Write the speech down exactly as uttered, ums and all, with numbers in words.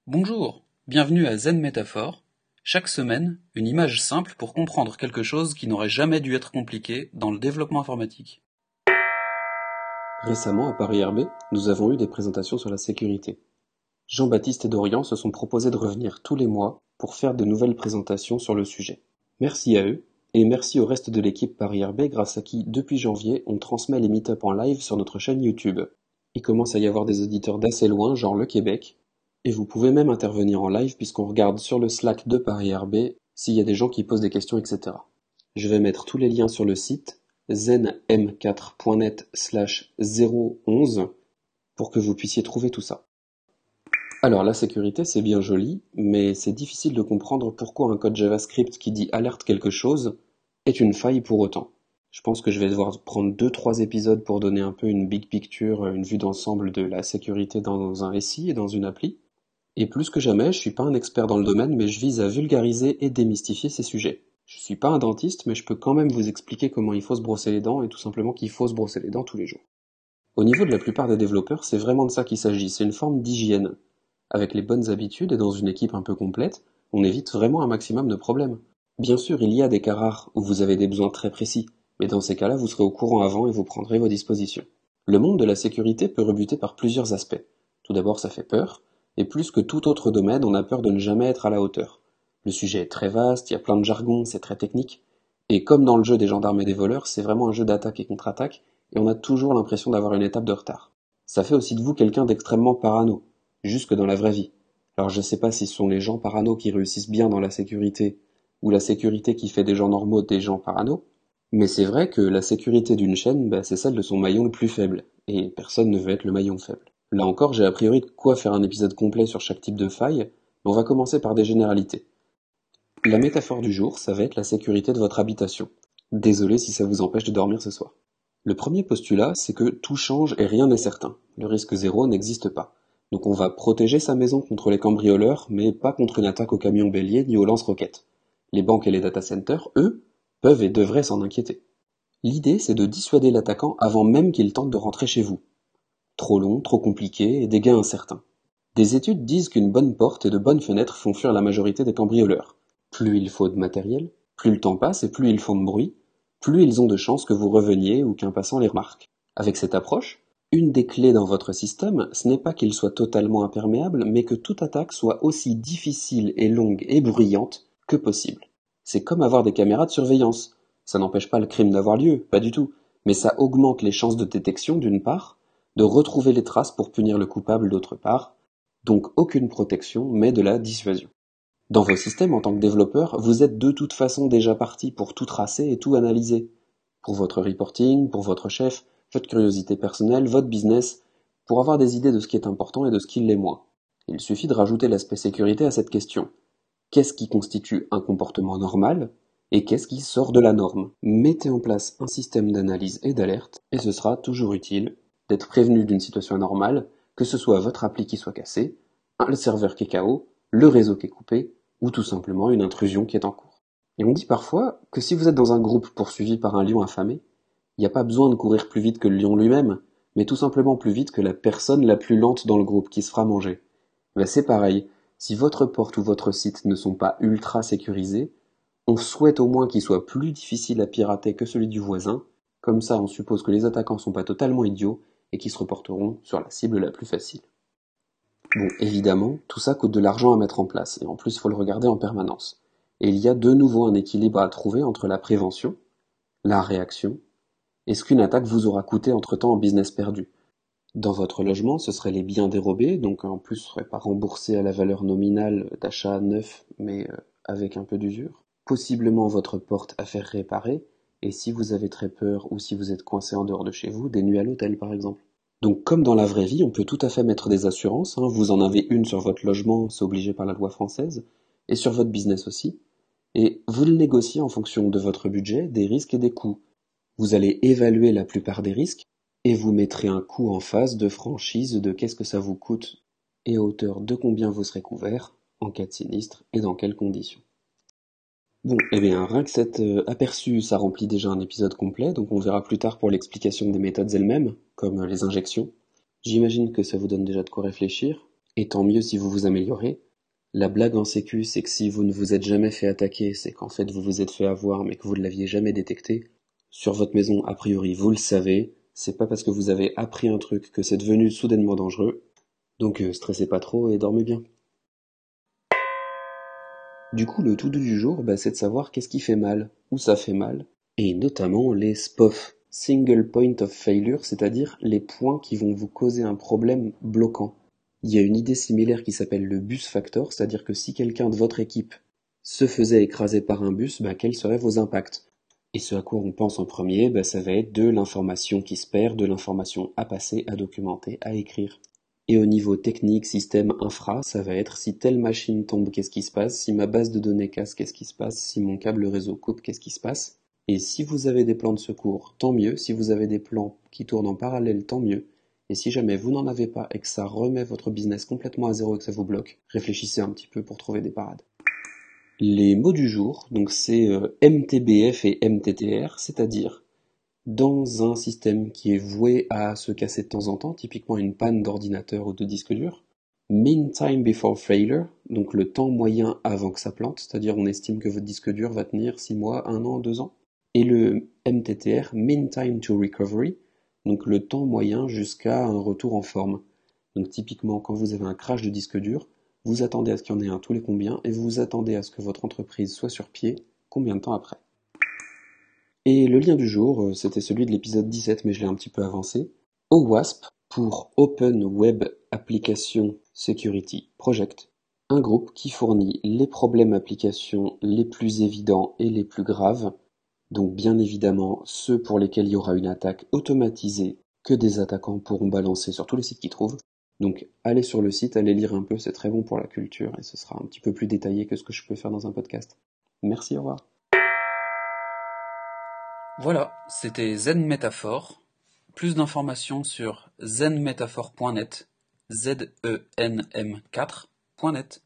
Bonjour, bienvenue à Zen Métaphore. Chaque semaine, une image simple pour comprendre quelque chose qui n'aurait jamais dû être compliqué dans le développement informatique. Récemment, à Paris R B, nous avons eu des présentations sur la sécurité. Jean-Baptiste et Dorian se sont proposés de revenir tous les mois pour faire de nouvelles présentations sur le sujet. Merci à eux, et merci au reste de l'équipe Paris R B grâce à qui, depuis janvier, on transmet les meet-up en live sur notre chaîne YouTube. Il commence à y avoir des auditeurs d'assez loin, genre le Québec, et vous pouvez même intervenir en live puisqu'on regarde sur le Slack de Paris R B s'il y a des gens qui posent des questions, et cetera. Je vais mettre tous les liens sur le site zen m quatre point net slash zéro onze pour que vous puissiez trouver tout ça. Alors la sécurité c'est bien joli, mais c'est difficile de comprendre pourquoi un code JavaScript qui dit alerte quelque chose est une faille pour autant. Je pense que je vais devoir prendre deux trois épisodes pour donner un peu une big picture, une vue d'ensemble de la sécurité dans un S I et dans une appli. Et plus que jamais, je suis pas un expert dans le domaine, mais je vise à vulgariser et démystifier ces sujets. Je suis pas un dentiste, mais je peux quand même vous expliquer comment il faut se brosser les dents et tout simplement qu'il faut se brosser les dents tous les jours. Au niveau de la plupart des développeurs, c'est vraiment de ça qu'il s'agit, c'est une forme d'hygiène. Avec les bonnes habitudes et dans une équipe un peu complète, on évite vraiment un maximum de problèmes. Bien sûr, il y a des cas rares où vous avez des besoins très précis, mais dans ces cas-là, vous serez au courant avant et vous prendrez vos dispositions. Le monde de la sécurité peut rebuter par plusieurs aspects. Tout d'abord, ça fait peur, et plus que tout autre domaine, on a peur de ne jamais être à la hauteur. Le sujet est très vaste, il y a plein de jargon, c'est très technique, et comme dans le jeu des gendarmes et des voleurs, c'est vraiment un jeu d'attaque et contre-attaque, et on a toujours l'impression d'avoir une étape de retard. Ça fait aussi de vous quelqu'un d'extrêmement parano, jusque dans la vraie vie. Alors je sais pas si ce sont les gens parano qui réussissent bien dans la sécurité, ou la sécurité qui fait des gens normaux des gens parano, mais c'est vrai que la sécurité d'une chaîne, bah, c'est celle de son maillon le plus faible, et personne ne veut être le maillon faible. Là encore, j'ai a priori de quoi faire un épisode complet sur chaque type de faille, mais on va commencer par des généralités. La métaphore du jour, ça va être la sécurité de votre habitation. Désolé si ça vous empêche de dormir ce soir. Le premier postulat, c'est que tout change et rien n'est certain. Le risque zéro n'existe pas. Donc on va protéger sa maison contre les cambrioleurs, mais pas contre une attaque au camion bélier ni aux lance-roquettes. Les banques et les data centers, eux, peuvent et devraient s'en inquiéter. L'idée, c'est de dissuader l'attaquant avant même qu'il tente de rentrer chez vous. Trop long, trop compliqué et des gains incertains. Des études disent qu'une bonne porte et de bonnes fenêtres font fuir la majorité des cambrioleurs. Plus il faut de matériel, plus le temps passe et plus ils font de bruit, plus ils ont de chances que vous reveniez ou qu'un passant les remarque. Avec cette approche, une des clés dans votre système, ce n'est pas qu'il soit totalement imperméable, mais que toute attaque soit aussi difficile et longue et bruyante que possible. C'est comme avoir des caméras de surveillance. Ça n'empêche pas le crime d'avoir lieu, pas du tout, mais ça augmente les chances de détection d'une part, de retrouver les traces pour punir le coupable d'autre part, donc aucune protection, mais de la dissuasion. Dans vos systèmes en tant que développeur, vous êtes de toute façon déjà parti pour tout tracer et tout analyser. Pour votre reporting, pour votre chef, votre curiosité personnelle, votre business, pour avoir des idées de ce qui est important et de ce qui l'est moins. Il suffit de rajouter l'aspect sécurité à cette question. Qu'est-ce qui constitue un comportement normal et qu'est-ce qui sort de la norme? Mettez en place un système d'analyse et d'alerte et ce sera toujours utile d'être prévenu d'une situation anormale, que ce soit votre appli qui soit cassée, le serveur qui est K O, le réseau qui est coupé, ou tout simplement une intrusion qui est en cours. Et on dit parfois que si vous êtes dans un groupe poursuivi par un lion affamé, il n'y a pas besoin de courir plus vite que le lion lui-même, mais tout simplement plus vite que la personne la plus lente dans le groupe qui se fera manger. Ben c'est pareil, si votre porte ou votre site ne sont pas ultra sécurisés, on souhaite au moins qu'ils soient plus difficiles à pirater que celui du voisin, comme ça on suppose que les attaquants sont pas totalement idiots et qui se reporteront sur la cible la plus facile. Bon, évidemment, tout ça coûte de l'argent à mettre en place, et en plus il faut le regarder en permanence. Et il y a de nouveau un équilibre à trouver entre la prévention, la réaction, et ce qu'une attaque vous aura coûté entre-temps en business perdu. Dans votre logement, ce seraient les biens dérobés, donc en plus ne seraient pas remboursés à la valeur nominale d'achat neuf, mais euh, avec un peu d'usure. Possiblement votre porte à faire réparer, et si vous avez très peur ou si vous êtes coincé en dehors de chez vous, des nuits à l'hôtel par exemple. Donc comme dans la vraie vie, on peut tout à fait mettre des assurances, hein. Vous en avez une sur votre logement, c'est obligé par la loi française, et sur votre business aussi, et vous le négociez en fonction de votre budget, des risques et des coûts. Vous allez évaluer la plupart des risques, et vous mettrez un coût en face de franchise de qu'est-ce que ça vous coûte, et à hauteur de combien vous serez couvert, en cas de sinistre, et dans quelles conditions. Bon, eh bien, rien que cet euh, aperçu, ça remplit déjà un épisode complet, donc on verra plus tard pour l'explication des méthodes elles-mêmes, comme euh, les injections. J'imagine que ça vous donne déjà de quoi réfléchir. Et tant mieux si vous vous améliorez. La blague en sécu, c'est que si vous ne vous êtes jamais fait attaquer, c'est qu'en fait vous vous êtes fait avoir mais que vous ne l'aviez jamais détecté. Sur votre maison, a priori, vous le savez. C'est pas parce que vous avez appris un truc que c'est devenu soudainement dangereux. Donc euh, stressez pas trop et dormez bien. Du coup, le to-do du jour, bah, c'est de savoir qu'est-ce qui fait mal, où ça fait mal, et notamment les S P O F, Single Point of Failure, c'est-à-dire les points qui vont vous causer un problème bloquant. Il y a une idée similaire qui s'appelle le bus factor, c'est-à-dire que si quelqu'un de votre équipe se faisait écraser par un bus, bah, quels seraient vos impacts? Et ce à quoi on pense en premier, bah, ça va être de l'information qui se perd, de l'information à passer, à documenter, à écrire. Et au niveau technique, système, infra, ça va être si telle machine tombe, qu'est-ce qui se passe? Si ma base de données casse, qu'est-ce qui se passe? Si mon câble réseau coupe, qu'est-ce qui se passe? Et si vous avez des plans de secours, tant mieux. Si vous avez des plans qui tournent en parallèle, tant mieux. Et si jamais vous n'en avez pas et que ça remet votre business complètement à zéro et que ça vous bloque, réfléchissez un petit peu pour trouver des parades. Les mots du jour, donc c'est euh, M T B F et M T T R, c'est-à-dire dans un système qui est voué à se casser de temps en temps, typiquement une panne d'ordinateur ou de disque dur. Mean time before failure, donc le temps moyen avant que ça plante, c'est-à-dire on estime que votre disque dur va tenir six mois, un an, deux ans. Et le M T T R, mean time to recovery, donc le temps moyen jusqu'à un retour en forme. Donc typiquement quand vous avez un crash de disque dur, vous attendez à ce qu'il y en ait un tous les combien, et vous attendez à ce que votre entreprise soit sur pied combien de temps après. Et le lien du jour, c'était celui de l'épisode dix-sept, mais je l'ai un petit peu avancé. O W A S P pour Open Web Application Security Project, un groupe qui fournit les problèmes applications les plus évidents et les plus graves, donc bien évidemment ceux pour lesquels il y aura une attaque automatisée que des attaquants pourront balancer sur tous les sites qu'ils trouvent. Donc allez sur le site, allez lire un peu, c'est très bon pour la culture et ce sera un petit peu plus détaillé que ce que je peux faire dans un podcast. Merci, au revoir. Voilà, c'était Zen Métaphore. Plus d'informations sur zen métaphore point net, Z E N M quatre point net.